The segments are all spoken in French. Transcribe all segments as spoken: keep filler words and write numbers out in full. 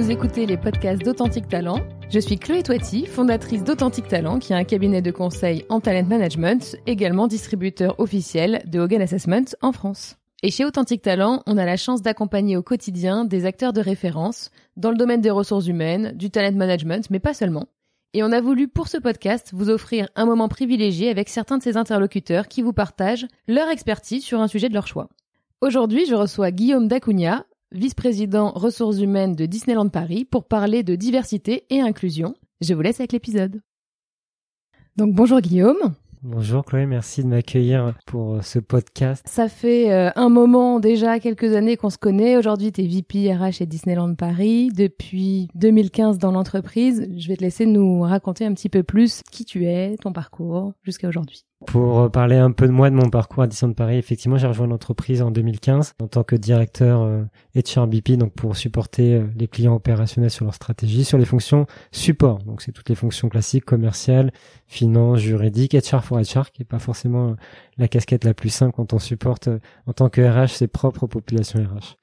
Vous écoutez les podcasts d'Authentic Talent. Je suis Chloé Toiti, fondatrice d'Authentic Talent, qui est un cabinet de conseil en talent management, également distributeur officiel de Hogan Assessment en France. Et chez Authentic Talent, on a la chance d'accompagner au quotidien des acteurs de référence dans le domaine des ressources humaines, du talent management, mais pas seulement. Et on a voulu, pour ce podcast, vous offrir un moment privilégié avec certains de ces interlocuteurs qui vous partagent leur expertise sur un sujet de leur choix. Aujourd'hui, je reçois Guillaume Dacugna, vice-président ressources humaines de Disneyland Paris, pour parler de diversité et inclusion. Je vous laisse avec l'épisode. Donc bonjour Guillaume. Bonjour Chloé, merci de m'accueillir pour ce podcast. Ça fait euh, un moment déjà, quelques années qu'on se connaît. Aujourd'hui, tu es V P R H chez Disneyland Paris depuis deux mille quinze dans l'entreprise. Je vais te laisser nous raconter un petit peu plus qui tu es, ton parcours jusqu'à aujourd'hui. Pour parler un peu de moi, de mon parcours à Disneyland Paris, effectivement, j'ai rejoint l'entreprise en deux mille quinze en tant que directeur euh, H R B P, donc pour supporter euh, les clients opérationnels sur leur stratégie, sur les fonctions support. Donc c'est toutes les fonctions classiques, commerciales, finance, juridique, H R for H R, qui est pas forcément euh, la casquette la plus simple quand on supporte euh, en tant que R H ses propres populations R H.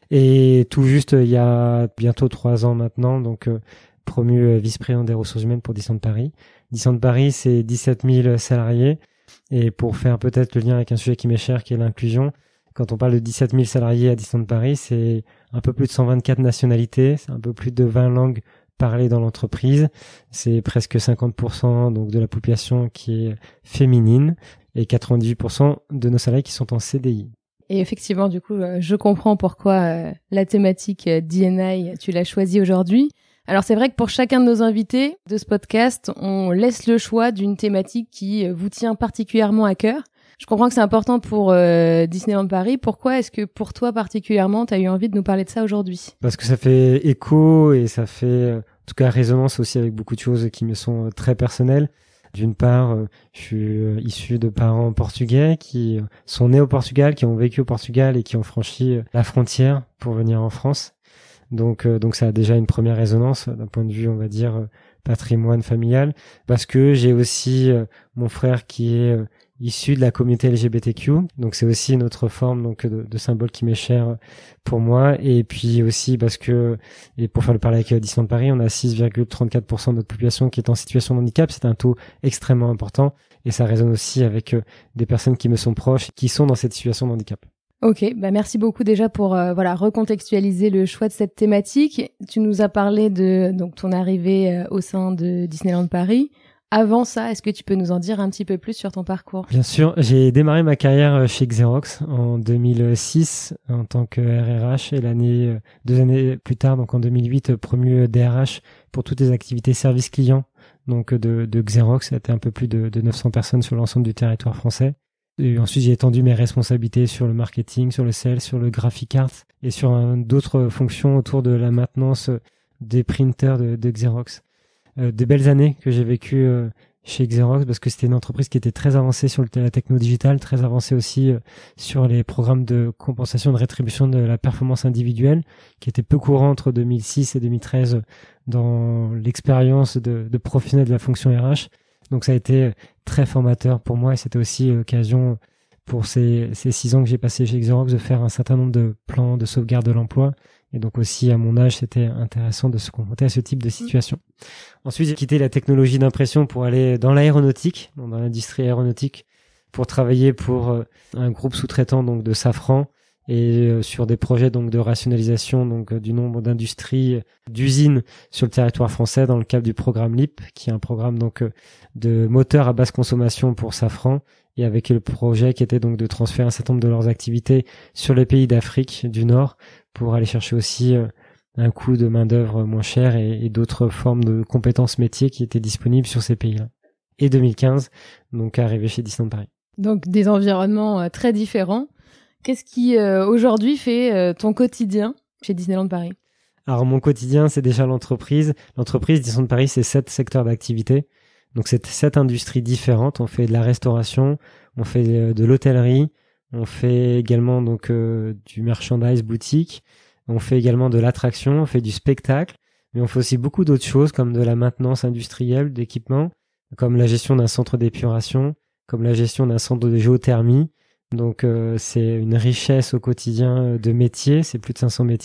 Et tout juste, euh, il y a bientôt trois ans maintenant, donc euh, promu euh, vice-président des ressources humaines pour Disneyland Paris. Disneyland Paris, c'est dix-sept mille salariés. Et pour faire peut-être le lien avec un sujet qui m'est cher, qui est l'inclusion, quand on parle de dix-sept mille salariés à Disneyland Paris, c'est un peu plus de cent vingt-quatre nationalités, c'est un peu plus de vingt langues parlées dans l'entreprise, c'est presque cinquante pour cent donc de la population qui est féminine et quatre-vingt-dix-huit pour cent de nos salariés qui sont en C D I. Et effectivement, du coup, je comprends pourquoi la thématique D and I, tu l'as choisie aujourd'hui. Alors c'est vrai que pour chacun de nos invités de ce podcast, on laisse le choix d'une thématique qui vous tient particulièrement à cœur. Je comprends que c'est important pour euh, Disneyland Paris. Pourquoi est-ce que pour toi particulièrement, tu as eu envie de nous parler de ça aujourd'hui ? Parce que ça fait écho et ça fait en tout cas résonance aussi avec beaucoup de choses qui me sont très personnelles. D'une part, je suis issu de parents portugais qui sont nés au Portugal, qui ont vécu au Portugal et qui ont franchi la frontière pour venir en France. Donc, euh, donc ça a déjà une première résonance d'un point de vue, on va dire, euh, patrimoine familial, parce que j'ai aussi euh, mon frère qui est euh, issu de la communauté L G B T Q, donc c'est aussi une autre forme donc de, de symbole qui m'est cher pour moi, et puis aussi parce que, et pour faire le parler avec euh, Disneyland Paris, on a six virgule trente-quatre pour cent de notre population qui est en situation de handicap, c'est un taux extrêmement important, et ça résonne aussi avec euh, des personnes qui me sont proches, qui sont dans cette situation de handicap. Ok, bah merci beaucoup déjà pour euh, voilà recontextualiser le choix de cette thématique. Tu nous as parlé de donc ton arrivée euh, au sein de Disneyland Paris. Avant ça, est-ce que tu peux nous en dire un petit peu plus sur ton parcours ? Bien sûr, j'ai démarré ma carrière chez Xerox en deux mille six en tant que R R H et l'année deux années plus tard, donc en deux mille huit, promu D R H pour toutes les activités service client donc de, de Xerox. C'était un peu plus de, de neuf cents personnes sur l'ensemble du territoire français. Et ensuite, j'ai étendu mes responsabilités sur le marketing, sur le sales, sur le graphic art et sur un, d'autres fonctions autour de la maintenance des printers de, de Xerox. Euh, des belles années que j'ai vécues euh, chez Xerox parce que c'était une entreprise qui était très avancée sur le, la techno digitale, très avancée aussi euh, sur les programmes de compensation de rétribution de la performance individuelle qui était peu courant entre deux mille six et deux mille treize dans l'expérience de, de professionnels de la fonction R H. Donc ça a été très formateur pour moi et c'était aussi l'occasion pour ces, ces six ans que j'ai passé chez Xerox de faire un certain nombre de plans de sauvegarde de l'emploi. Et donc aussi à mon âge, c'était intéressant de se confronter à ce type de situation. Ensuite, j'ai quitté la technologie d'impression pour aller dans l'aéronautique, dans l'industrie aéronautique, pour travailler pour un groupe sous-traitant donc de Safran et sur des projets donc de rationalisation donc du nombre d'industries, d'usines sur le territoire français dans le cadre du programme L I P, qui est un programme donc de moteurs à basse consommation pour Safran, et avec le projet qui était donc de transférer un certain nombre de leurs activités sur les pays d'Afrique du Nord pour aller chercher aussi un coût de main-d'œuvre moins cher et, et d'autres formes de compétences métiers qui étaient disponibles sur ces pays-là. Et deux mille quinze, donc arrivé chez Disneyland Paris. Donc des environnements euh, très différents. Qu'est-ce qui euh, aujourd'hui fait euh, ton quotidien chez Disneyland Paris ? Alors mon quotidien, c'est déjà l'entreprise. L'entreprise Disneyland Paris, c'est sept secteurs d'activité. Donc c'est sept industries différentes. On fait de la restauration, on fait de l'hôtellerie, on fait également donc euh, du merchandise boutique, on fait également de l'attraction, on fait du spectacle, mais on fait aussi beaucoup d'autres choses comme de la maintenance industrielle d'équipements, comme la gestion d'un centre d'épuration, comme la gestion d'un centre de géothermie. Donc euh, c'est une richesse au quotidien de métiers, c'est plus de cinq cents métiers,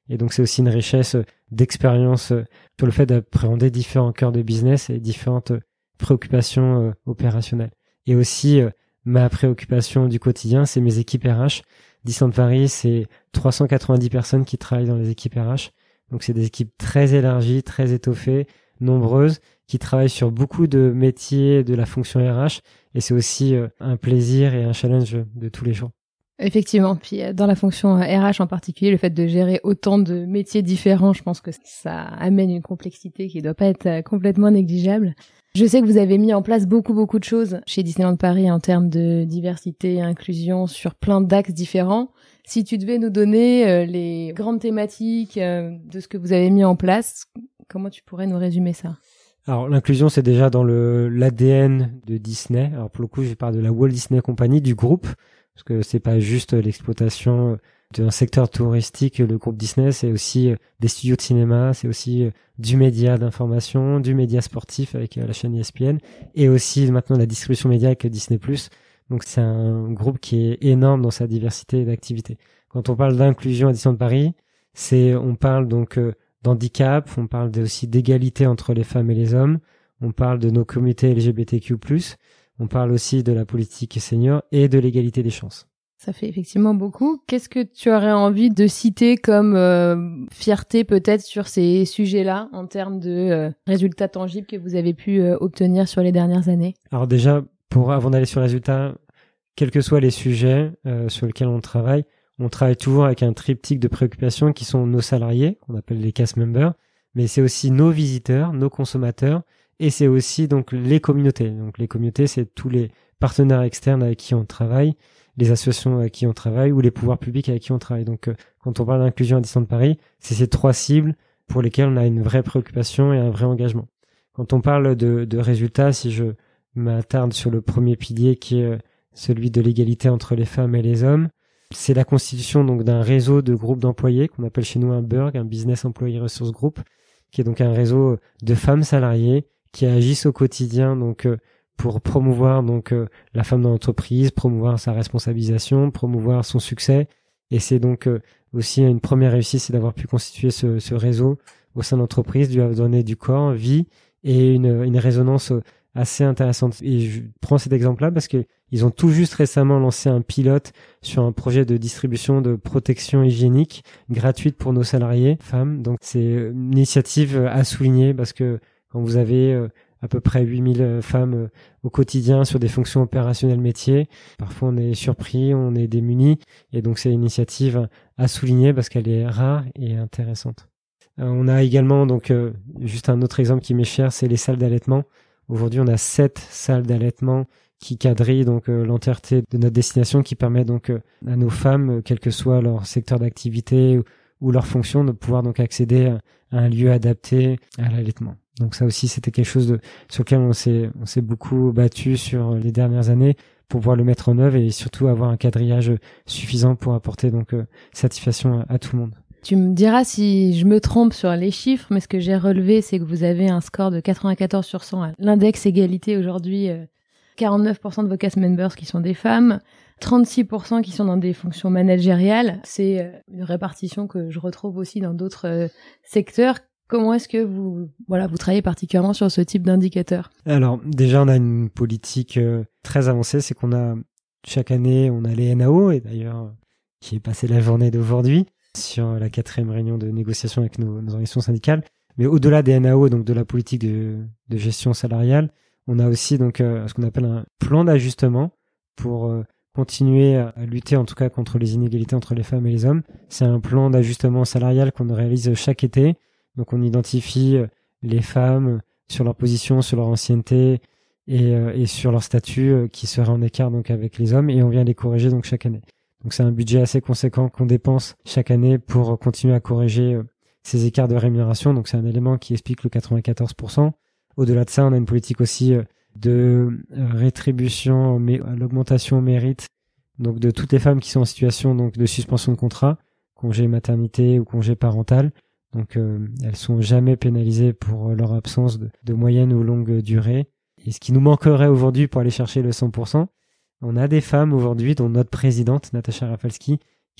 Et donc, c'est aussi une richesse d'expérience sur le fait d'appréhender différents cœurs de business et différentes préoccupations euh, opérationnelles. Et aussi, euh, ma préoccupation du quotidien, c'est mes équipes R H. Disneyland Paris, c'est trois cent quatre-vingt-dix personnes qui travaillent dans les équipes R H. Donc, c'est des équipes très élargies, très étoffées, nombreuses, qui travaillent sur beaucoup de métiers de la fonction R H. Et c'est aussi euh, un plaisir et un challenge de tous les jours. Effectivement. Puis dans la fonction R H en particulier, le fait de gérer autant de métiers différents, je pense que ça amène une complexité qui ne doit pas être complètement négligeable. Je sais que vous avez mis en place beaucoup, beaucoup de choses chez Disneyland Paris en termes de diversité et inclusion sur plein d'axes différents. Si tu devais nous donner euh, les grandes thématiques euh, de ce que vous avez mis en place, comment tu pourrais nous résumer ça ? Alors, l'inclusion, c'est déjà dans le l'A D N de Disney. Alors, pour le coup, je parle de la Walt Disney Company, du groupe, parce que c'est pas juste l'exploitation d'un secteur touristique, le groupe Disney, c'est aussi des studios de cinéma, c'est aussi du média d'information, du média sportif avec la chaîne E S P N, et aussi maintenant la distribution média avec Disney plus. Donc c'est un groupe qui est énorme dans sa diversité d'activités. Quand on parle d'inclusion à Disneyland Paris, c'est on parle donc d'handicap, on parle aussi d'égalité entre les femmes et les hommes, on parle de nos communautés L G B T Q plus, on parle aussi de la politique senior et de l'égalité des chances. Ça fait effectivement beaucoup. Qu'est-ce que tu aurais envie de citer comme euh, fierté peut-être sur ces sujets-là en termes de euh, résultats tangibles que vous avez pu euh, obtenir sur les dernières années ? Alors déjà, pour avant d'aller sur les résultats, quels que soient les sujets euh, sur lesquels on travaille, on travaille toujours avec un triptyque de préoccupations qui sont nos salariés, qu'on appelle les cast members, mais c'est aussi nos visiteurs, nos consommateurs, et c'est aussi donc les communautés. Donc les communautés, c'est tous les partenaires externes avec qui on travaille, les associations avec qui on travaille ou les pouvoirs publics avec qui on travaille. Donc, euh, quand on parle d'inclusion à Disneyland Paris, c'est ces trois cibles pour lesquelles on a une vraie préoccupation et un vrai engagement. Quand on parle de, de résultats, si je m'attarde sur le premier pilier qui est celui de l'égalité entre les femmes et les hommes, c'est la constitution donc d'un réseau de groupes d'employés qu'on appelle chez nous un B E R G, un Business Employee Resource Group, qui est donc un réseau de femmes salariées qui agissent au quotidien donc euh, pour promouvoir donc euh, la femme dans l'entreprise, promouvoir sa responsabilisation, promouvoir son succès. Et c'est donc euh, aussi une première réussite, c'est d'avoir pu constituer ce, ce réseau au sein de l'entreprise, lui avoir donné du corps, vie et une, une résonance assez intéressante. Et je prends cet exemple-là parce que ils ont tout juste récemment lancé un pilote sur un projet de distribution de protection hygiénique gratuite pour nos salariés femmes. Donc c'est une initiative à souligner parce que quand vous avez euh, à peu près huit mille femmes euh, au quotidien sur des fonctions opérationnelles métiers, parfois on est surpris, on est démunis, et donc c'est une initiative à souligner parce qu'elle est rare et intéressante. Euh, on a également donc euh, juste un autre exemple qui m'est cher, c'est les salles d'allaitement. Aujourd'hui, on a sept salles d'allaitement qui quadrillent donc euh, l'entièreté de notre destination, qui permet donc euh, à nos femmes, euh, quel que soit leur secteur d'activité ou, ou leur fonction, de pouvoir donc accéder à, à un lieu adapté à l'allaitement. Donc ça aussi, c'était quelque chose de, sur lequel on s'est, on s'est beaucoup battu sur les dernières années pour pouvoir le mettre en œuvre et surtout avoir un quadrillage suffisant pour apporter donc euh, satisfaction à, à tout le monde. Tu me diras si je me trompe sur les chiffres, mais ce que j'ai relevé, c'est que vous avez un score de quatre-vingt-quatorze sur cent à l'index égalité aujourd'hui. Euh, quarante-neuf pour cent de vos cast members qui sont des femmes, trente-six pour cent qui sont dans des fonctions managériales. C'est euh, une répartition que je retrouve aussi dans d'autres euh, secteurs. Comment est-ce que vous, voilà, vous travaillez particulièrement sur ce type d'indicateur ? Alors, déjà, on a une politique euh, très avancée, c'est qu'on a, chaque année, on a les N A O, et d'ailleurs, j'y ai passé la journée d'aujourd'hui sur la quatrième réunion de négociation avec nos, nos organisations syndicales. Mais au-delà des N A O, donc de la politique de, de gestion salariale, on a aussi donc euh, ce qu'on appelle un plan d'ajustement pour euh, continuer à, à lutter, en tout cas, contre les inégalités entre les femmes et les hommes. C'est un plan d'ajustement salarial qu'on réalise chaque été. Donc on identifie les femmes sur leur position, sur leur ancienneté et, euh, et sur leur statut euh, qui seraient en écart donc avec les hommes, et on vient les corriger donc chaque année. Donc c'est un budget assez conséquent qu'on dépense chaque année pour continuer à corriger euh, ces écarts de rémunération. Donc c'est un élément qui explique le quatre-vingt-quatorze pour cent. Au-delà de ça, on a une politique aussi euh, de euh, rétribution, mais l'augmentation au mérite donc de toutes les femmes qui sont en situation donc de suspension de contrat, congé maternité ou congé parental. Donc euh, elles sont jamais pénalisées pour leur absence de, de moyenne ou longue durée. Et ce qui nous manquerait aujourd'hui pour aller chercher le cent pour cent, on a des femmes aujourd'hui, dont notre présidente, Natacha Rafalski,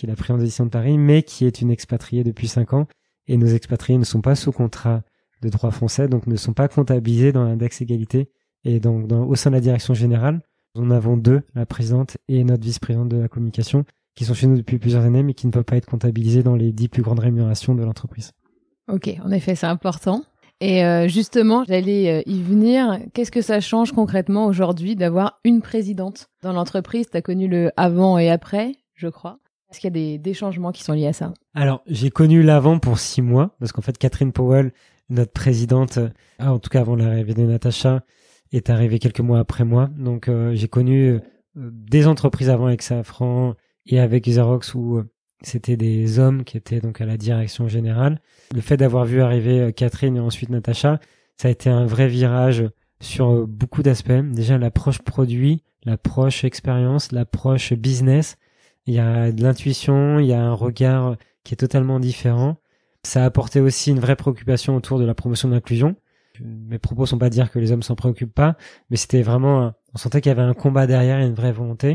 qui est la présidente d'Éditions de Paris, mais qui est une expatriée depuis cinq ans. Et nos expatriés ne sont pas sous contrat de droit français, donc ne sont pas comptabilisés dans l'index égalité. Et donc, dans, au sein de la direction générale, nous en avons deux, la présidente et notre vice-présidente de la communication, qui sont chez nous depuis plusieurs années, mais qui ne peuvent pas être comptabilisés dans les dix plus grandes rémunérations de l'entreprise. Ok, en effet, c'est important. Et euh, justement, j'allais euh, y venir. Qu'est-ce que ça change concrètement aujourd'hui d'avoir une présidente dans l'entreprise? Tu as connu le avant et après, je crois. Est-ce qu'il y a des, des changements qui sont liés à ça? Alors, j'ai connu l'avant pour six mois, parce qu'en fait, Catherine Powell, notre présidente, ah, en tout cas avant l'arrivée de Natacha, est arrivée quelques mois après moi. Donc, euh, j'ai connu euh, des entreprises avant avec Safran et avec Xerox où euh, c'était des hommes qui étaient donc à la direction générale. Le fait d'avoir vu arriver Catherine et ensuite Natacha, ça a été un vrai virage sur beaucoup d'aspects. Déjà, l'approche produit, l'approche expérience, l'approche business. Il y a de l'intuition, il y a un regard qui est totalement différent. Ça a apporté aussi une vraie préoccupation autour de la promotion de l'inclusion. Mes propos sont pas de dire que les hommes s'en préoccupent pas, mais c'était vraiment, on sentait qu'il y avait un combat derrière et une vraie volonté.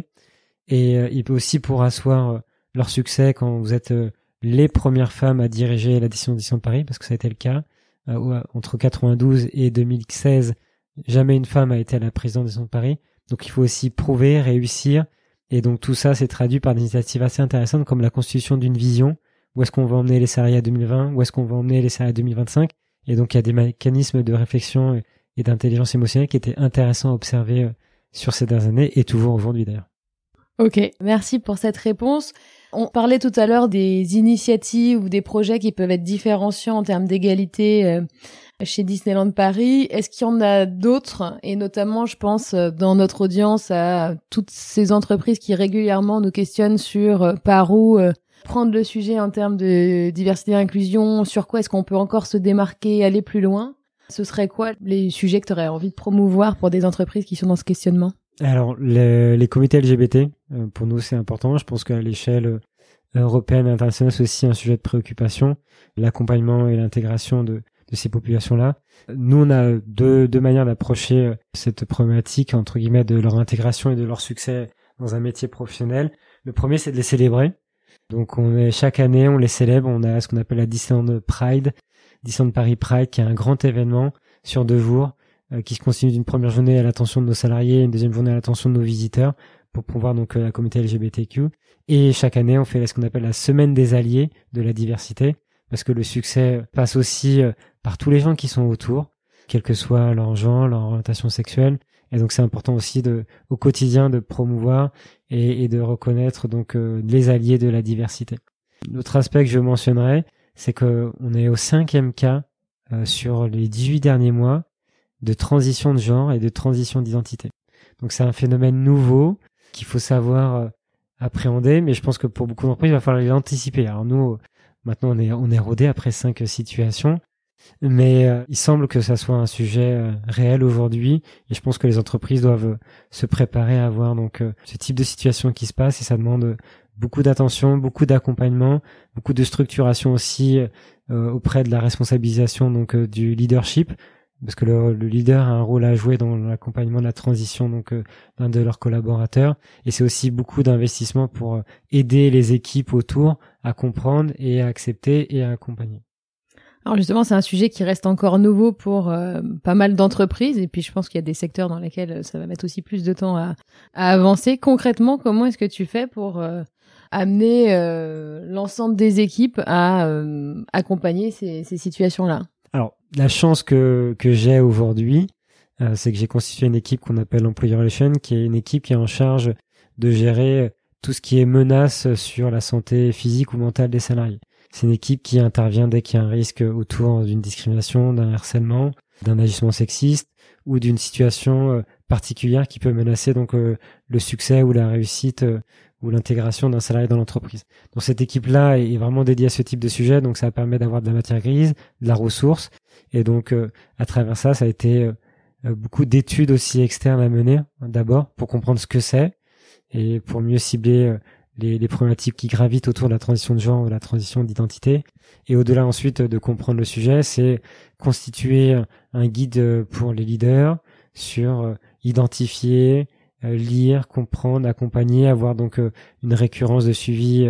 Et euh, il peut aussi pour asseoir euh, leur succès quand vous êtes euh, les premières femmes à diriger la décision d'Éditions de Paris, parce que ça a été le cas. Euh, entre quatre-vingt-douze et deux mille seize, jamais une femme a été à la présidence d'Éditions de Paris. Donc il faut aussi prouver, réussir. Et donc tout ça s'est traduit par des initiatives assez intéressantes comme la constitution d'une vision. Où est-ce qu'on va emmener les salariés à deux mille vingt? Où est-ce qu'on va emmener les salariés à deux mille vingt-cinq? Et donc il y a des mécanismes de réflexion et d'intelligence émotionnelle qui étaient intéressants à observer sur ces dernières années et toujours aujourd'hui d'ailleurs. Ok, merci pour cette réponse. On parlait tout à l'heure des initiatives ou des projets qui peuvent être différenciants en termes d'égalité euh, chez Disneyland Paris. Est-ce qu'il y en a d'autres? Et notamment, je pense, dans notre audience, à toutes ces entreprises qui régulièrement nous questionnent sur euh, par où euh, prendre le sujet en termes de diversité et inclusion, sur quoi est-ce qu'on peut encore se démarquer, aller plus loin. Ce serait quoi les sujets que tu aurais envie de promouvoir pour des entreprises qui sont dans ce questionnement? Alors, les, les comités L G B T, euh, pour nous, c'est important. Je pense qu'à l'échelle euh, européenne et internationale, c'est aussi un sujet de préoccupation, l'accompagnement et l'intégration de, de ces populations-là. Nous, on a deux, deux manières d'approcher euh, cette problématique, entre guillemets, de leur intégration et de leur succès dans un métier professionnel. Le premier, c'est de les célébrer. Donc, on est, chaque année, on les célèbre. On a ce qu'on appelle la Disneyland Pride, Disneyland Paris Pride, qui est un grand événement sur deux jours, euh, qui se constitue d'une première journée à l'attention de nos salariés et une deuxième journée à l'attention de nos visiteurs pour promouvoir donc euh, la communauté L G B T Q. Et chaque année, on fait ce qu'on appelle la semaine des alliés de la diversité, parce que le succès passe aussi euh, par tous les gens qui sont autour, quel que soit leur genre, leur orientation sexuelle. Et donc, c'est important aussi de, au quotidien, de promouvoir et, et de reconnaître donc euh, les alliés de la diversité. L'autre aspect que je mentionnerai, c'est que on est au cinquième cas euh, sur les dix-huit derniers mois de transition de genre et de transition d'identité. Donc, c'est un phénomène nouveau qu'il faut savoir euh, appréhender, mais je pense que pour beaucoup d'entreprises, il va falloir l'anticiper. Alors nous, maintenant, on est, on est rodé après cinq situations. Mais euh, il semble que ça soit un sujet euh, réel aujourd'hui et je pense que les entreprises doivent euh, se préparer à avoir donc euh, ce type de situation qui se passe et ça demande euh, beaucoup d'attention, beaucoup d'accompagnement, beaucoup de structuration aussi euh, auprès de la responsabilisation donc euh, du leadership parce que le, le leader a un rôle à jouer dans l'accompagnement de la transition donc euh, d'un de leurs collaborateurs et c'est aussi beaucoup d'investissement pour euh, aider les équipes autour à comprendre et à accepter et à accompagner. Alors justement, c'est un sujet qui reste encore nouveau pour euh, pas mal d'entreprises et puis je pense qu'il y a des secteurs dans lesquels ça va mettre aussi plus de temps à, à avancer. Concrètement, comment est-ce que tu fais pour euh, amener euh, l'ensemble des équipes à euh, accompagner ces, ces situations-là? Alors, la chance que, que j'ai aujourd'hui, euh, c'est que j'ai constitué une équipe qu'on appelle Employee Relations, qui est une équipe qui est en charge de gérer tout ce qui est menace sur la santé physique ou mentale des salariés. C'est une équipe qui intervient dès qu'il y a un risque autour d'une discrimination, d'un harcèlement, d'un agissement sexiste ou d'une situation particulière qui peut menacer donc euh, le succès ou la réussite euh, ou l'intégration d'un salarié dans l'entreprise. Donc cette équipe-là est vraiment dédiée à ce type de sujet, donc ça permet d'avoir de la matière grise, de la ressource, et donc euh, à travers ça, ça a été euh, beaucoup d'études aussi externes à mener d'abord pour comprendre ce que c'est et pour mieux cibler euh, Les, les problématiques qui gravitent autour de la transition de genre ou de la transition d'identité. Et au-delà ensuite de comprendre le sujet, c'est constituer un guide pour les leaders sur identifier, lire, comprendre, accompagner, avoir donc une récurrence de suivi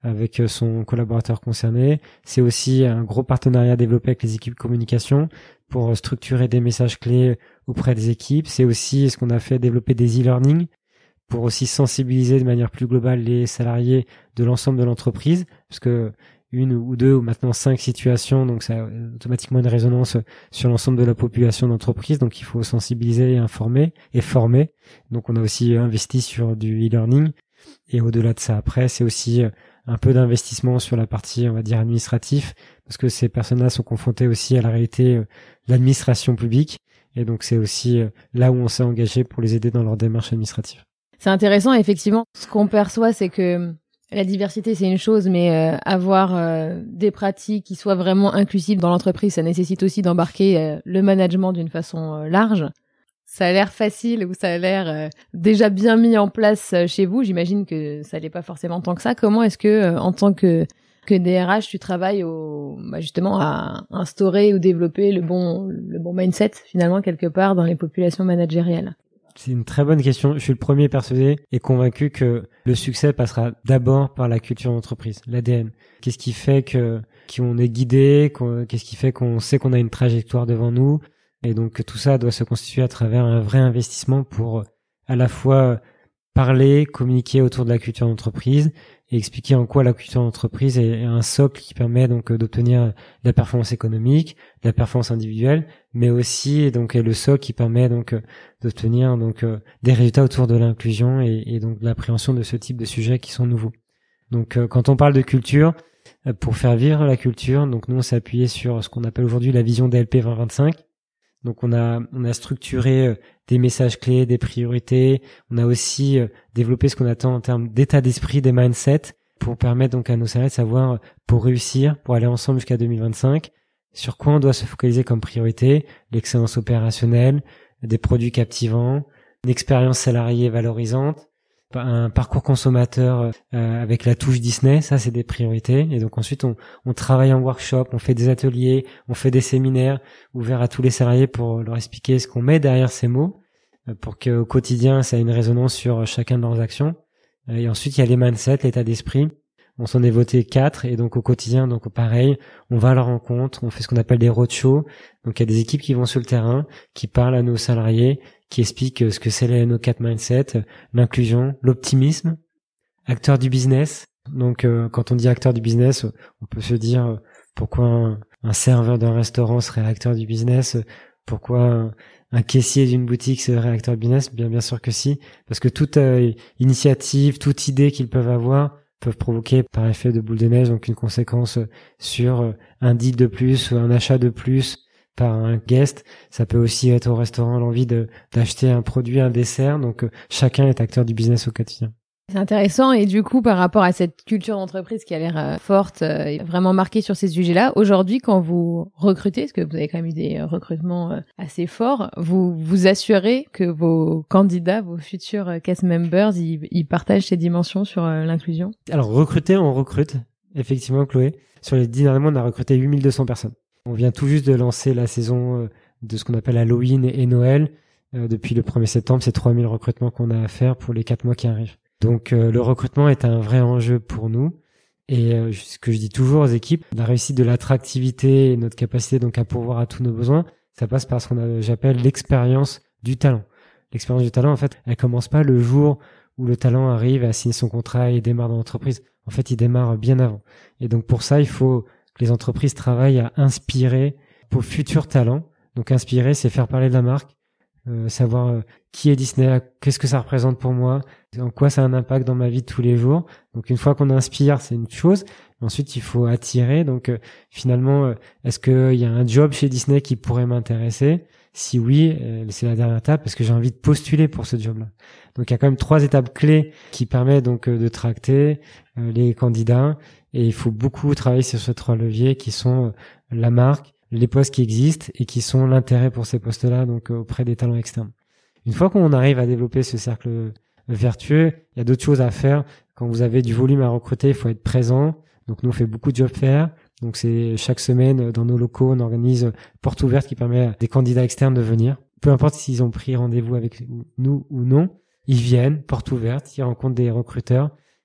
avec son collaborateur concerné. C'est aussi un gros partenariat développé avec les équipes communication pour structurer des messages clés auprès des équipes. C'est aussi ce qu'on a fait, développer des e-learning pour aussi sensibiliser de manière plus globale les salariés de l'ensemble de l'entreprise, parce que une ou deux ou maintenant cinq situations, donc ça a automatiquement une résonance sur l'ensemble de la population d'entreprise, donc il faut sensibiliser, informer et former. Donc on a aussi investi sur du e-learning, et au-delà de ça, après, c'est aussi un peu d'investissement sur la partie, on va dire, administratif, parce que ces personnes-là sont confrontées aussi à la réalité de l'administration publique, et donc c'est aussi là où on s'est engagé pour les aider dans leur démarche administrative. C'est intéressant, effectivement. Ce qu'on perçoit, c'est que la diversité, c'est une chose, mais euh, avoir euh, des pratiques qui soient vraiment inclusives dans l'entreprise, ça nécessite aussi d'embarquer euh, le management d'une façon euh, large. Ça a l'air facile ou ça a l'air euh, déjà bien mis en place euh, chez vous. J'imagine que ça l'est pas forcément tant que ça. Comment est-ce que, euh, en tant que que D R H, tu travailles au, bah justement à instaurer ou développer le bon le bon mindset finalement quelque part dans les populations managériales? C'est une très bonne question. Je suis le premier persuadé et convaincu que le succès passera d'abord par la culture d'entreprise, l'A D N. Qu'est-ce qui fait que qu'on est guidé, qu'on, qu'est-ce qui fait qu'on sait qu'on a une trajectoire devant nous, et donc tout ça doit se constituer à travers un vrai investissement pour à la fois parler, communiquer autour de la culture d'entreprise et expliquer en quoi la culture d'entreprise est un socle qui permet donc d'obtenir de la performance économique, de la performance individuelle, mais aussi donc le socle qui permet donc d'obtenir donc des résultats autour de l'inclusion et, et donc de l'appréhension de ce type de sujets qui sont nouveaux. Donc quand on parle de culture, pour faire vivre la culture, donc nous on s'est appuyé sur ce qu'on appelle aujourd'hui la vision D L P vingt vingt-cinq. Donc on a on a structuré des messages clés, des priorités. On a aussi développé ce qu'on attend en termes d'état d'esprit, des mindsets, pour permettre donc à nos salariés de savoir, pour réussir, pour aller ensemble jusqu'à deux mille vingt-cinq, sur quoi on doit se focaliser comme priorité: l'excellence opérationnelle, des produits captivants, une expérience salariée valorisante, un parcours consommateur euh, avec la touche Disney. Ça, c'est des priorités. Et donc ensuite, on, on travaille en workshop, on fait des ateliers, on fait des séminaires ouverts à tous les salariés pour leur expliquer ce qu'on met derrière ces mots, euh, pour qu'au quotidien, ça ait une résonance sur chacun de leurs actions. Et ensuite, il y a les mindsets, l'état d'esprit. On s'en est voté quatre, et donc au quotidien, donc pareil, on va à leur rencontre, on fait ce qu'on appelle des roadshows. Donc il y a des équipes qui vont sur le terrain, qui parlent à nos salariés, qui expliquent ce que c'est les, nos quatre mindsets: l'inclusion, l'optimisme, acteur du business. Donc euh, quand on dit acteur du business, on peut se dire euh, pourquoi un, un serveur d'un restaurant serait acteur du business, pourquoi un, un caissier d'une boutique serait acteur du business. Bien bien sûr que si, parce que toute euh, initiative, toute idée qu'ils peuvent avoir peuvent provoquer par effet de boule de neige donc une conséquence sur un deal de plus ou un achat de plus par un guest. Ça peut aussi être au restaurant l'envie de d'acheter un produit, un dessert. Donc chacun est acteur du business au quotidien. C'est intéressant. Et du coup, par rapport à cette culture d'entreprise qui a l'air euh, forte euh, et vraiment marquée sur ces sujets-là, aujourd'hui, quand vous recrutez, parce que vous avez quand même eu des recrutements euh, assez forts, vous vous assurez que vos candidats, vos futurs euh, cast members, ils, ils partagent ces dimensions sur euh, l'inclusion? Alors recruter, on recrute. Effectivement, Chloé. Sur les dix derniers mois, on a recruté huit mille deux cents personnes. On vient tout juste de lancer la saison euh, de ce qu'on appelle Halloween et Noël. Euh, depuis le premier septembre, c'est trois mille recrutements qu'on a à faire pour les quatre mois qui arrivent. Donc euh, le recrutement est un vrai enjeu pour nous, et euh, ce que je dis toujours aux équipes, la réussite de l'attractivité et notre capacité donc à pourvoir à tous nos besoins, ça passe par ce qu'on a, j'appelle l'expérience du talent. L'expérience du talent, en fait, elle commence pas le jour où le talent arrive à signer son contrat et démarre dans l'entreprise. En fait, il démarre bien avant. Et donc pour ça, il faut que les entreprises travaillent à inspirer pour futurs talents. Donc inspirer, c'est faire parler de la marque, Euh, savoir euh, qui est Disney, qu'est-ce que ça représente pour moi, en quoi ça a un impact dans ma vie de tous les jours. Donc une fois qu'on inspire, c'est une chose. Ensuite, il faut attirer. Donc euh, finalement, euh, est-ce qu'il y a un job chez Disney qui pourrait m'intéresser? Si oui, euh, c'est la dernière étape, parce que j'ai envie de postuler pour ce job-là. Donc il y a quand même trois étapes clés qui permettent donc euh, de tracter euh, les candidats, et il faut beaucoup travailler sur ces trois leviers qui sont euh, la marque, les postes qui existent et qui sont l'intérêt pour ces postes-là, donc auprès des talents externes. Une fois qu'on arrive à développer ce cercle vertueux, il y a d'autres choses à faire. Quand vous avez du volume à recruter, il faut être présent. Donc nous, on fait beaucoup de job fairs. Donc c'est chaque semaine dans nos locaux, on organise porte ouverte qui permet à des candidats externes de venir. Peu importe s'ils ont pris rendez-vous avec nous ou non, ils viennent, porte ouverte, ils rencontrent des recruteurs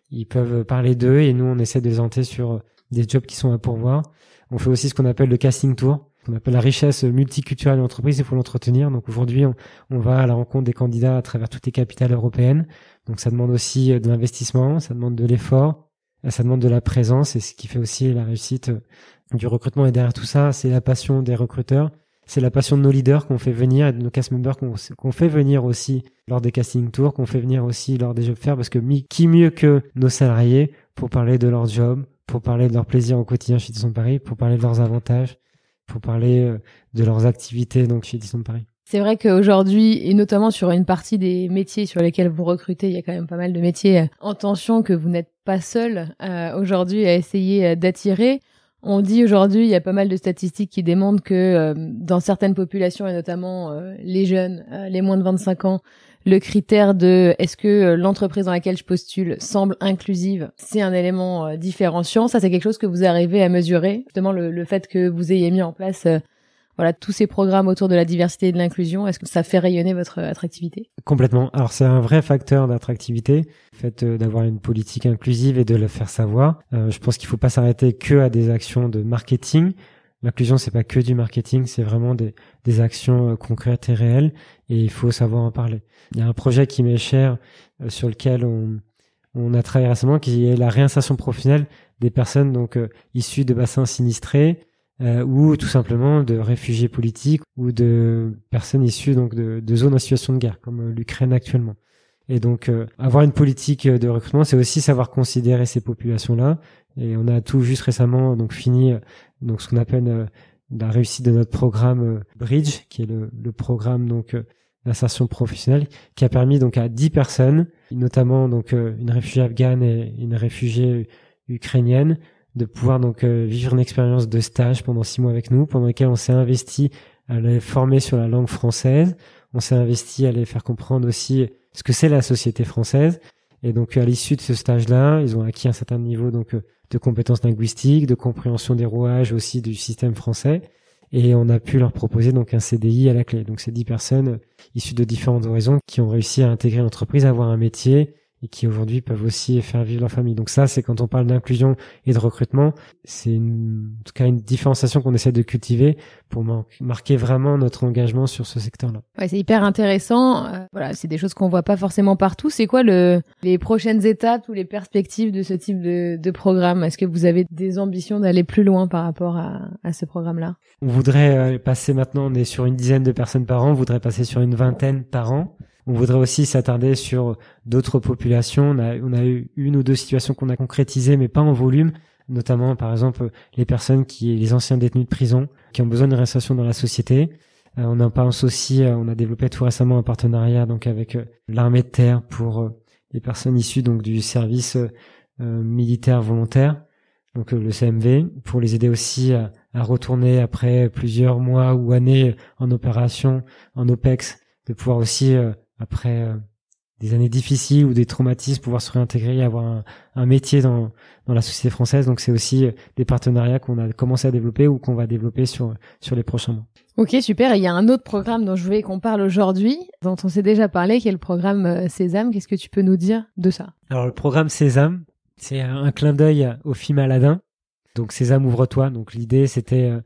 ils peuvent parler d'eux et nous on essaie de les orienter sur des jobs qui sont à pourvoir. On fait aussi ce qu'on appelle le casting tour, qu'on appelle la richesse multiculturelle de l'entreprise, il faut l'entretenir. Donc aujourd'hui, on, on va à la rencontre des candidats à travers toutes les capitales européennes. Donc ça demande aussi de l'investissement, ça demande de l'effort, ça demande de la présence, et ce qui fait aussi la réussite du recrutement. Et derrière tout ça, c'est la passion des recruteurs, c'est la passion de nos leaders qu'on fait venir et de nos cast members qu'on, qu'on fait venir aussi lors des casting tours, qu'on fait venir aussi lors des job fairs, parce que qui mieux que nos salariés pour parler de leur job, pour parler de leur plaisir au quotidien chez Disneyland Paris, pour parler de leurs avantages, pour parler de leurs activités donc chez Disneyland Paris. C'est vrai qu'aujourd'hui, et notamment sur une partie des métiers sur lesquels vous recrutez, il y a quand même pas mal de métiers en tension que vous n'êtes pas seul euh, aujourd'hui à essayer d'attirer. On dit aujourd'hui, il y a pas mal de statistiques qui démontrent que euh, dans certaines populations, et notamment euh, les jeunes, euh, les moins de vingt-cinq ans, le critère de est-ce que l'entreprise dans laquelle je postule semble inclusive, c'est un élément euh, différenciant. Ça, c'est quelque chose que vous arrivez à mesurer. Justement, le, le fait que vous ayez mis en place euh, voilà tous ces programmes autour de la diversité et de l'inclusion, est-ce que ça fait rayonner votre attractivité ? Complètement. Alors, c'est un vrai facteur d'attractivité, le fait euh, d'avoir une politique inclusive et de le faire savoir. Euh, je pense qu'il faut pas s'arrêter que à des actions de marketing. L'inclusion, c'est pas que du marketing, c'est vraiment des, des actions euh, concrètes et réelles, et il faut savoir en parler. Il y a un projet qui m'est cher euh, sur lequel on, on a travaillé récemment, qui est la réinsertion professionnelle des personnes donc euh, issues de bassins sinistrés euh, ou tout simplement de réfugiés politiques ou de personnes issues donc de, de zones en situation de guerre, comme euh, l'Ukraine actuellement. Et donc, euh, avoir une politique de recrutement, c'est aussi savoir considérer ces populations-là. Et on a tout juste récemment donc fini euh, donc ce qu'on appelle euh, la réussite de notre programme euh, Bridge, qui est le, le programme donc euh, d'insertion professionnelle, qui a permis donc à dix personnes, notamment donc euh, une réfugiée afghane et une réfugiée ukrainienne, de pouvoir donc euh, vivre une expérience de stage pendant six mois avec nous, pendant laquelle on s'est investi à les former sur la langue française, on s'est investi à les faire comprendre aussi ce que c'est la société française. Et donc à l'issue de ce stage-là, ils ont acquis un certain niveau donc de compétences linguistiques, de compréhension des rouages aussi du système français, et on a pu leur proposer donc un C D I à la clé. Donc c'est dix personnes issues de différents horizons qui ont réussi à intégrer l'entreprise, à avoir un métier, et qui aujourd'hui peuvent aussi faire vivre leur famille. Donc ça, c'est quand on parle d'inclusion et de recrutement, c'est une, en tout cas une différenciation qu'on essaie de cultiver pour mar- marquer vraiment notre engagement sur ce secteur-là. Ouais, c'est hyper intéressant. Euh, voilà, c'est des choses qu'on voit pas forcément partout. C'est quoi le, les prochaines étapes ou les perspectives de ce type de, de programme ? Est-ce que vous avez des ambitions d'aller plus loin par rapport à, à ce programme-là ? On voudrait euh, passer maintenant, on est sur une dizaine de personnes par an, on voudrait passer sur une vingtaine par an. On voudrait aussi s'attarder sur d'autres populations. On a, on a eu une ou deux situations qu'on a concrétisées, mais pas en volume. Notamment, par exemple, les personnes qui, les anciens détenus de prison, qui ont besoin de réinsertion dans la société. Euh, on en pense aussi, euh, on a développé tout récemment un partenariat donc avec euh, l'armée de terre pour euh, les personnes issues donc du service euh, militaire volontaire, donc euh, le C M V, pour les aider aussi à, à retourner après plusieurs mois ou années en opération, en OPEX, de pouvoir aussi euh, après euh, des années difficiles ou des traumatismes, pouvoir se réintégrer et avoir un, un métier dans, dans la société française. Donc c'est aussi euh, des partenariats qu'on a commencé à développer ou qu'on va développer sur, sur les prochains mois. Ok, super. Et il y a un autre programme dont je voulais qu'on parle aujourd'hui, dont on s'est déjà parlé, qui est le programme euh, Sésame. Qu'est-ce que tu peux nous dire de ça ? Alors le programme Sésame, c'est un, un clin d'œil au film Aladdin. Donc Sésame, ouvre-toi. Donc l'idée, c'était euh,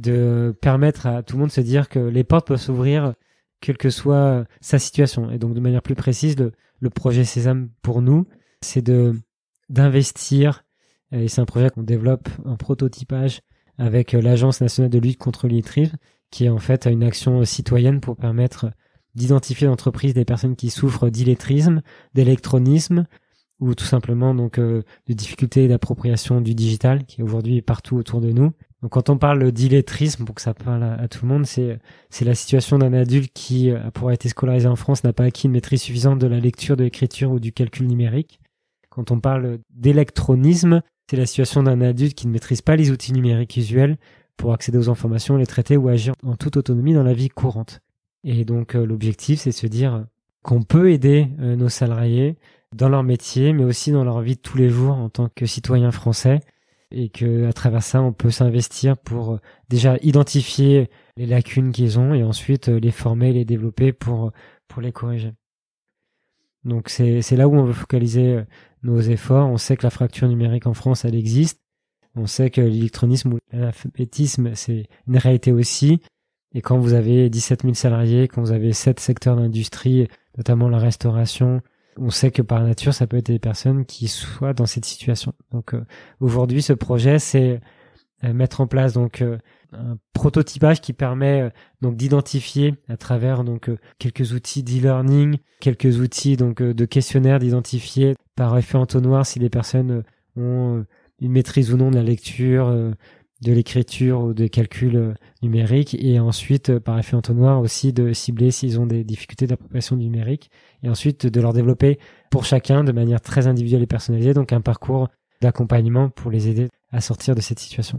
de permettre à tout le monde de se dire que les portes peuvent s'ouvrir quelle que soit sa situation. Et donc, de manière plus précise, le, le projet Sésame, pour nous, c'est de d'investir, et c'est un projet qu'on développe en prototypage avec l'Agence nationale de lutte contre l'illettrisme, qui est en fait une action citoyenne pour permettre d'identifier l'entreprise des personnes qui souffrent d'illettrisme, d'électronisme, ou tout simplement donc euh, de difficultés d'appropriation du digital, qui aujourd'hui est partout autour de nous. Donc quand on parle d'illettrisme, pour que ça parle à, à tout le monde, c'est c'est la situation d'un adulte qui, pour avoir été scolarisé en France, n'a pas acquis une maîtrise suffisante de la lecture, de l'écriture ou du calcul numérique. Quand on parle d'électronisme, c'est la situation d'un adulte qui ne maîtrise pas les outils numériques usuels pour accéder aux informations, les traiter ou agir en toute autonomie dans la vie courante. Et donc euh, l'objectif, c'est de se dire qu'on peut aider euh, nos salariés dans leur métier, mais aussi dans leur vie de tous les jours en tant que citoyens français, et que à travers ça, on peut s'investir pour euh, déjà identifier les lacunes qu'ils ont et ensuite euh, les former, les développer pour pour les corriger. Donc c'est c'est là où on veut focaliser euh, nos efforts. On sait que la fracture numérique en France, elle existe. On sait que l'électronisme ou l'analphabétisme, c'est une réalité aussi. Et quand vous avez dix-sept mille salariés, quand vous avez sept secteurs d'industrie, notamment la restauration, on sait que par nature, ça peut être des personnes qui soient dans cette situation. Donc euh, aujourd'hui, ce projet, c'est euh, mettre en place donc euh, un prototypage qui permet euh, donc d'identifier à travers donc euh, quelques outils d'e-learning, quelques outils donc euh, de questionnaire, d'identifier par effet entonnoir si les personnes euh, ont euh, une maîtrise ou non de la lecture, euh, de l'écriture ou des calculs euh, numériques, et ensuite euh, par effet entonnoir aussi de cibler s'ils ont des difficultés d'appropriation numérique, et ensuite de leur développer pour chacun de manière très individuelle et personnalisée donc un parcours d'accompagnement pour les aider à sortir de cette situation.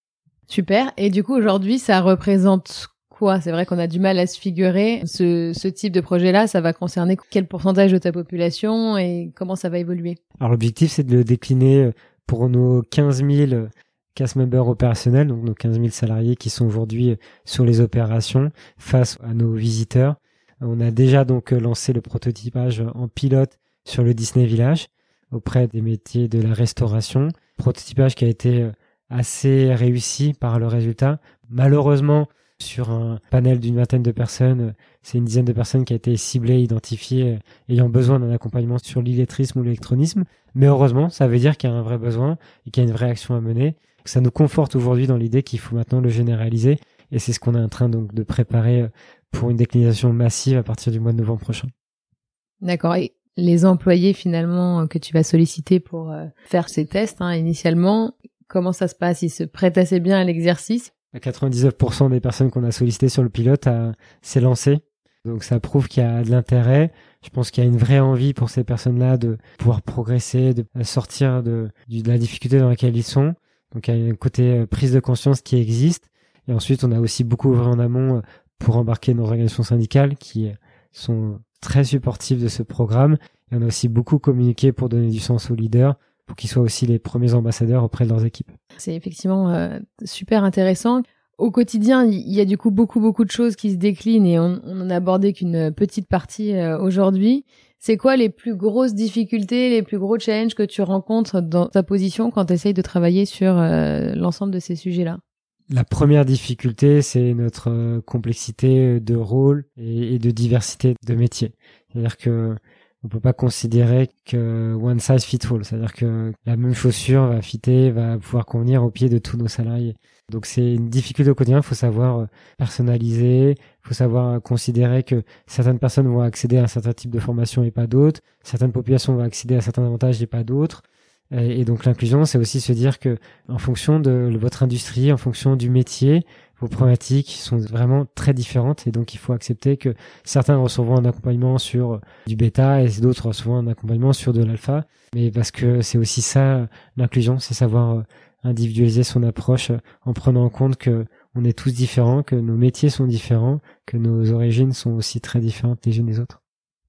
Super. Et du coup, aujourd'hui, ça représente quoi? C'est vrai qu'on a du mal à se figurer. Ce, ce type de projet-là, ça va concerner quel pourcentage de ta population et comment ça va évoluer? Alors l'objectif, c'est de le décliner pour nos quinze mille cast members opérationnels, donc nos quinze mille salariés qui sont aujourd'hui sur les opérations face à nos visiteurs. On a déjà donc lancé le prototypage en pilote sur le Disney Village auprès des métiers de la restauration. Prototypage qui a été assez réussi par le résultat. Malheureusement, sur un panel d'une vingtaine de personnes, c'est une dizaine de personnes qui a été ciblée, identifiée, ayant besoin d'un accompagnement sur l'illettrisme ou l'électronisme. Mais heureusement, ça veut dire qu'il y a un vrai besoin et qu'il y a une vraie action à mener. Ça nous conforte aujourd'hui dans l'idée qu'il faut maintenant le généraliser, et c'est ce qu'on est en train donc de préparer pour une déclinaison massive à partir du mois de novembre prochain. D'accord. Et les employés finalement que tu vas solliciter pour euh, faire ces tests, hein, initialement, comment ça se passe? Ils se prêtent assez bien à l'exercice? À quatre-vingt-dix-neuf pour cent des personnes qu'on a sollicitées sur le pilote a, s'est lancé. Donc ça prouve qu'il y a de l'intérêt. Je pense qu'il y a une vraie envie pour ces personnes-là de pouvoir progresser, de sortir de, de la difficulté dans laquelle ils sont. Donc il y a un côté prise de conscience qui existe. Et ensuite, on a aussi beaucoup œuvré en amont pour embarquer nos organisations syndicales qui sont très supportives de ce programme. Et on a aussi beaucoup communiqué pour donner du sens aux leaders, pour qu'ils soient aussi les premiers ambassadeurs auprès de leurs équipes. C'est effectivement euh, super intéressant. Au quotidien, il y a du coup beaucoup, beaucoup de choses qui se déclinent et on, on en a abordé qu'une petite partie euh, aujourd'hui. C'est quoi les plus grosses difficultés, les plus gros challenges que tu rencontres dans ta position quand tu essayes de travailler sur euh, l'ensemble de ces sujets-là? La première difficulté, c'est notre euh, complexité de rôle et, et de diversité de métiers. C'est-à-dire que on peut pas considérer que one size fits all. C'est-à-dire que la même chaussure va fitter, va pouvoir convenir aux pieds de tous nos salariés. Donc c'est une difficulté au quotidien. Il faut savoir personnaliser, il faut savoir considérer que certaines personnes vont accéder à un certain type de formation et pas d'autres. Certaines populations vont accéder à certains avantages et pas d'autres. Et donc l'inclusion, c'est aussi se dire que en fonction de votre industrie, en fonction du métier, vos problématiques sont vraiment très différentes, et donc il faut accepter que certains recevront un accompagnement sur du bêta et d'autres recevront un accompagnement sur de l'alpha. Mais parce que c'est aussi ça l'inclusion, c'est savoir individualiser son approche en prenant en compte que on est tous différents, que nos métiers sont différents, que nos origines sont aussi très différentes les unes des autres.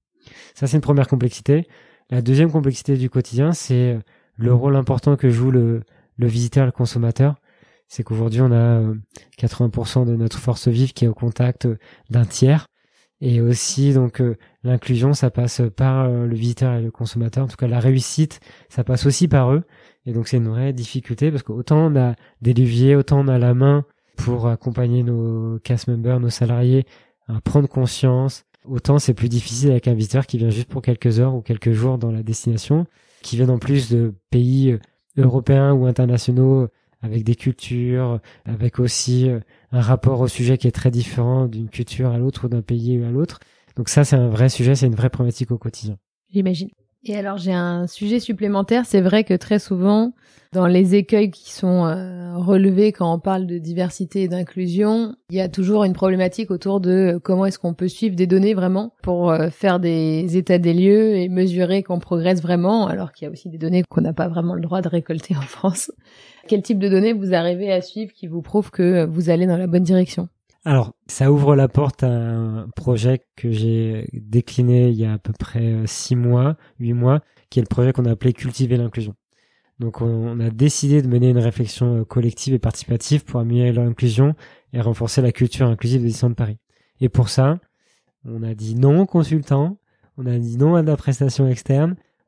Ça, c'est une première complexité. La deuxième complexité du quotidien, c'est le rôle important que joue le, le visiteur, le consommateur. C'est qu'aujourd'hui, on a quatre-vingts pour cent de notre force vive qui est au contact d'un tiers. Et aussi, donc, l'inclusion, ça passe par le visiteur et le consommateur. En tout cas, la réussite, ça passe aussi par eux. Et donc, c'est une vraie difficulté parce qu'autant on a des leviers, autant on a la main pour accompagner nos cast members, nos salariés à prendre conscience, autant c'est plus difficile avec un visiteur qui vient juste pour quelques heures ou quelques jours dans la destination, qui viennent en plus de pays européens ou internationaux avec des cultures, avec aussi un rapport au sujet qui est très différent d'une culture à l'autre ou d'un pays à l'autre. Donc ça, c'est un vrai sujet, c'est une vraie problématique au quotidien. J'imagine. Et alors, j'ai un sujet supplémentaire. C'est vrai que très souvent, dans les écueils qui sont euh, relevés quand on parle de diversité et d'inclusion, il y a toujours une problématique autour de comment est-ce qu'on peut suivre des données vraiment pour euh, faire des états des lieux et mesurer qu'on progresse vraiment, alors qu'il y a aussi des données qu'on n'a pas vraiment le droit de récolter en France. Quel type de données vous arrivez à suivre qui vous prouve que vous allez dans la bonne direction? Alors, ça ouvre la porte à un projet que j'ai décliné il y a à peu près six mois, huit mois, qui est le projet qu'on a appelé Cultiver l'inclusion. Donc, on a décidé de mener une réflexion collective et participative pour améliorer l'inclusion et renforcer la culture inclusive des Disneyland Paris. Et pour ça, on a dit non aux consultants, on a dit non à de la prestation externe,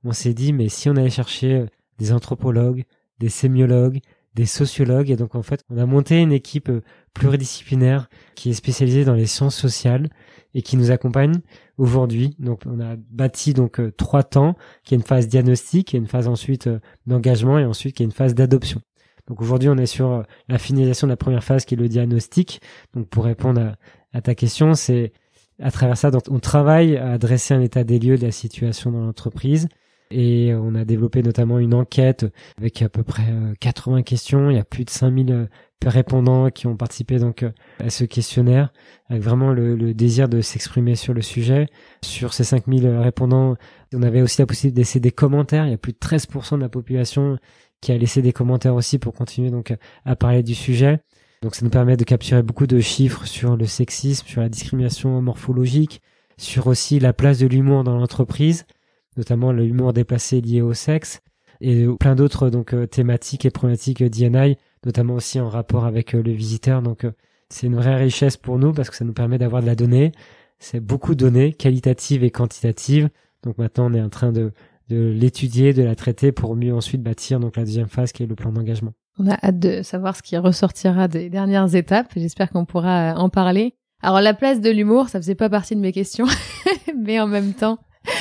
on s'est dit, mais si on allait chercher des anthropologues, des sémiologues, des sociologues, et donc en fait, on a monté une équipe pluridisciplinaire qui est spécialisée dans les sciences sociales et qui nous accompagne aujourd'hui. Donc, on a bâti donc euh, trois temps, qui est une phase diagnostique, qui est une phase ensuite euh, d'engagement et ensuite qui est une phase d'adoption. Donc aujourd'hui, on est sur euh, la finalisation de la première phase qui est le diagnostic. Donc pour répondre à, à ta question, c'est à travers ça, donc, on travaille à dresser un état des lieux de la situation dans l'entreprise. Et on a développé notamment une enquête avec à peu près quatre-vingts questions. Il y a plus de cinq mille répondants qui ont participé donc à ce questionnaire, avec vraiment le, le désir de s'exprimer sur le sujet. Sur ces cinq mille répondants, on avait aussi la possibilité de laisser des commentaires. Il y a plus de treize pour cent de la population qui a laissé des commentaires aussi pour continuer donc à parler du sujet. Donc ça nous permet de capturer beaucoup de chiffres sur le sexisme, sur la discrimination morphologique, sur aussi la place de l'humour dans l'entreprise, notamment l'humour déplacé lié au sexe, et plein d'autres donc euh, thématiques et problématiques D and I, notamment aussi en rapport avec euh, le visiteur. Donc euh, c'est une vraie richesse pour nous parce que ça nous permet d'avoir de la donnée. C'est beaucoup de données, qualitatives et quantitatives. Donc maintenant on est en train de, de l'étudier, de la traiter pour mieux ensuite bâtir donc la deuxième phase qui est le plan d'engagement. On a hâte de savoir ce qui ressortira des dernières étapes. J'espère qu'on pourra en parler. Alors la place de l'humour, ça faisait pas partie de mes questions, mais en même temps,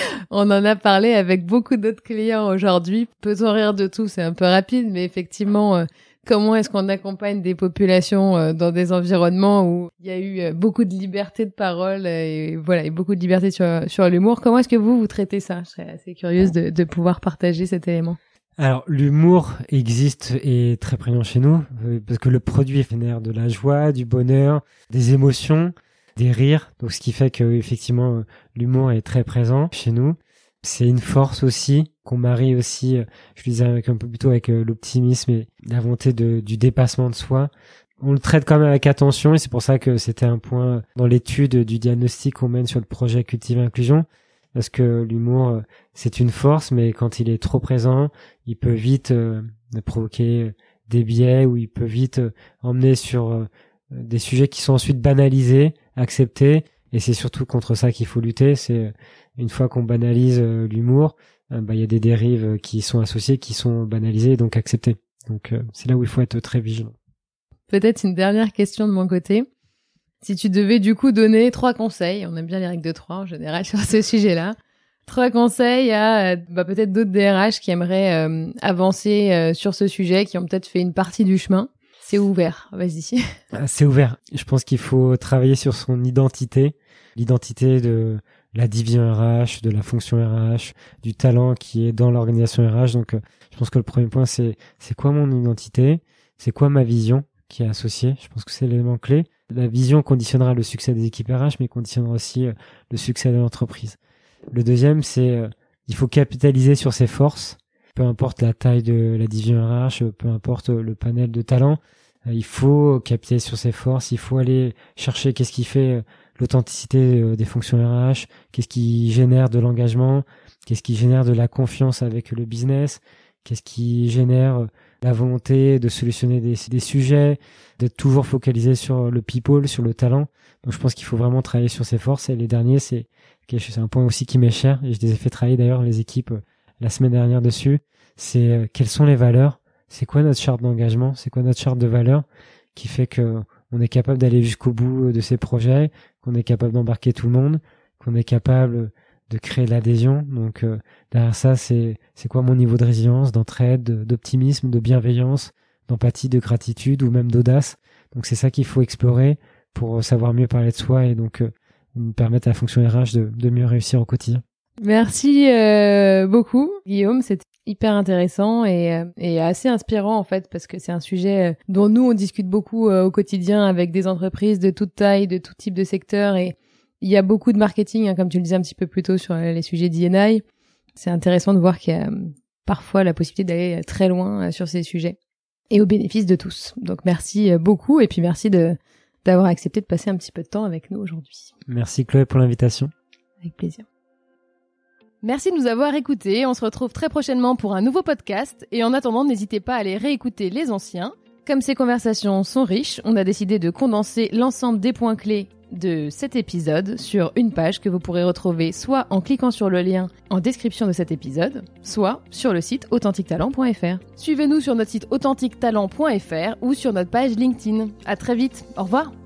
on en a parlé avec beaucoup d'autres clients aujourd'hui. Peut-on rire de tout? C'est un peu rapide, mais effectivement, euh, comment est-ce qu'on accompagne des populations euh, dans des environnements où il y a eu euh, beaucoup de liberté de parole et voilà, et beaucoup de liberté sur, sur l'humour? Comment est-ce que vous, vous traitez ça? Je serais assez curieuse de, de pouvoir partager cet élément. Alors, l'humour existe et très prégnant chez nous, euh, parce que le produit génère de la joie, du bonheur, des émotions, des rires, donc ce qui fait que effectivement euh, l'humour est très présent chez nous. C'est une force aussi qu'on marie aussi, euh, je le disais avec un peu plus tôt avec euh, l'optimisme et la volonté de du dépassement de soi. On le traite quand même avec attention et c'est pour ça que c'était un point dans l'étude du diagnostic qu'on mène sur le projet Cultiver Inclusion, parce que l'humour euh, c'est une force, mais quand il est trop présent, il peut vite euh, provoquer des biais ou il peut vite euh, emmener sur euh, des sujets qui sont ensuite banalisés, acceptés, et c'est surtout contre ça qu'il faut lutter. C'est une fois qu'on banalise euh, l'humour, euh, bah il y a des dérives qui sont associées, qui sont banalisées et donc acceptées. Donc euh, c'est là où il faut être très vigilant. Peut-être une dernière question de mon côté. Si tu devais du coup donner trois conseils, on aime bien les règles de trois en général sur ce sujet-là, trois conseils à bah, peut-être d'autres D R H qui aimeraient euh, avancer euh, sur ce sujet, qui ont peut-être fait une partie du chemin. C'est ouvert, vas-y. Ah, c'est ouvert. Je pense qu'il faut travailler sur son identité, l'identité de la division R H, de la fonction R H, du talent qui est dans l'organisation R H. Donc, euh, je pense que le premier point, c'est c'est quoi mon identité, c'est quoi ma vision qui est associée. Je pense que c'est l'élément clé. La vision conditionnera le succès des équipes R H, mais conditionnera aussi euh, le succès de l'entreprise. Le deuxième, c'est euh, il faut capitaliser sur ses forces, peu importe la taille de la division R H, peu importe le panel de talents. Il faut capitaliser sur ses forces, il faut aller chercher qu'est-ce qui fait l'authenticité des fonctions R H, qu'est-ce qui génère de l'engagement, qu'est-ce qui génère de la confiance avec le business, qu'est-ce qui génère la volonté de solutionner des, des sujets, d'être toujours focalisé sur le people, sur le talent. Donc je pense qu'il faut vraiment travailler sur ses forces. Et les derniers, c'est, c'est un point aussi qui m'est cher, et je les ai fait travailler d'ailleurs les équipes la semaine dernière dessus, c'est quelles sont les valeurs. C'est quoi notre charte d'engagement? C'est quoi notre charte de valeurs qui fait que on est capable d'aller jusqu'au bout de ces projets, qu'on est capable d'embarquer tout le monde, qu'on est capable de créer de l'adhésion. Donc euh, derrière ça, c'est c'est quoi mon niveau de résilience, d'entraide, d'optimisme, de bienveillance, d'empathie, de gratitude ou même d'audace. Donc c'est ça qu'il faut explorer pour savoir mieux parler de soi et donc euh, permettre à la fonction R H de, de mieux réussir au quotidien. Merci euh, beaucoup, Guillaume. C'était hyper intéressant et, et assez inspirant en fait, parce que c'est un sujet dont nous on discute beaucoup euh, au quotidien avec des entreprises de toute taille, de tout type de secteur, et il y a beaucoup de marketing, hein, comme tu le disais un petit peu plus tôt sur les sujets D and I. C'est intéressant de voir qu'il y a euh, parfois la possibilité d'aller très loin euh, sur ces sujets et au bénéfice de tous. Donc merci beaucoup et puis merci de d'avoir accepté de passer un petit peu de temps avec nous aujourd'hui. Merci Chloé pour l'invitation. Avec plaisir. Merci de nous avoir écoutés. On se retrouve très prochainement pour un nouveau podcast. Et en attendant, n'hésitez pas à aller réécouter les anciens. Comme ces conversations sont riches, on a décidé de condenser l'ensemble des points clés de cet épisode sur une page que vous pourrez retrouver soit en cliquant sur le lien en description de cet épisode, soit sur le site authentique talent point f r. Suivez-nous sur notre site authentique talent point f r ou sur notre page LinkedIn. À très vite, au revoir.